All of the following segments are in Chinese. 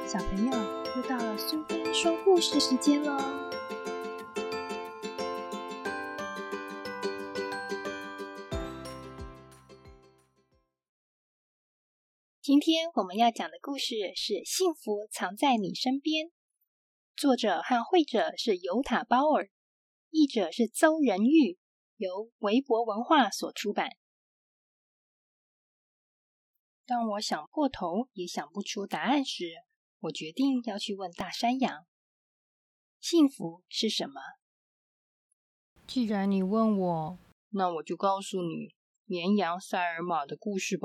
小朋友，又到了苏菲说故事时间咯。今天我们要讲的故事是《幸福藏在你身边》，作者和绘者是尤塔·鲍尔，译者是邹仁玉，由维博文化所出版。当我想破头也想不出答案时，我决定要去问大山羊，幸福是什么？ 既然你问我， 那我就告诉你绵羊塞尔玛的故事吧。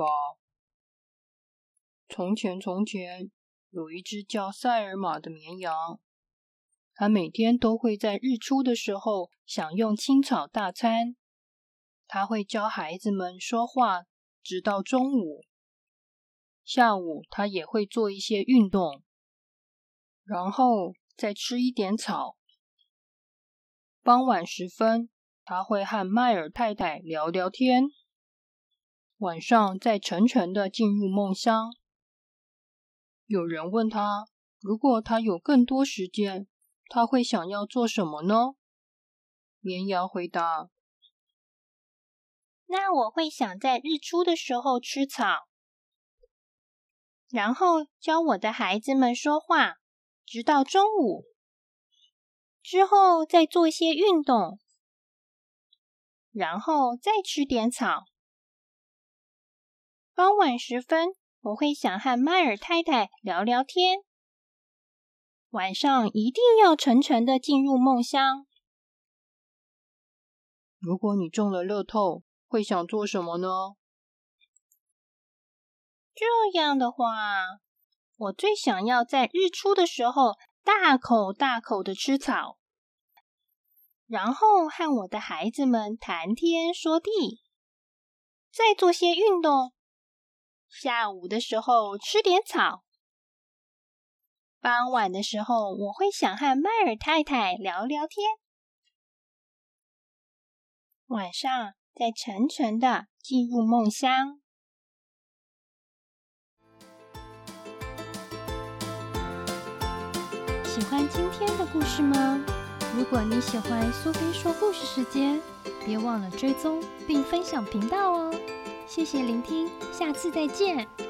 从前，有一只叫塞尔玛的绵羊，它每天都会在日出的时候享用青草大餐。它会教孩子们说话，直到中午。下午，它也会做一些运动，然后再吃一点草。傍晚时分，它会和迈尔太太聊聊天，晚上再沉沉地进入梦乡。有人问他，如果他有更多时间，他会想要做什么呢？绵羊回答， 那我会想在日出的时候吃草，然后教我的孩子们说话，直到中午，之后再做些运动，然后再吃点草。傍晚时分，我会想和迈尔太太聊聊天，晚上一定要沉沉地进入梦乡。 如果你中了乐透，会想做什么呢？ 这样的话，我最想要在日出的时候大口大口的吃草，然后和我的孩子们谈天说地，再做些运动。下午的时候吃点草，傍晚的时候我会想和迈尔太太聊聊天，晚上再沉沉的进入梦乡。 喜欢今天的故事吗？如果你喜欢苏菲说故事时间，别忘了追踪并分享频道哦。谢谢聆听，下次再见。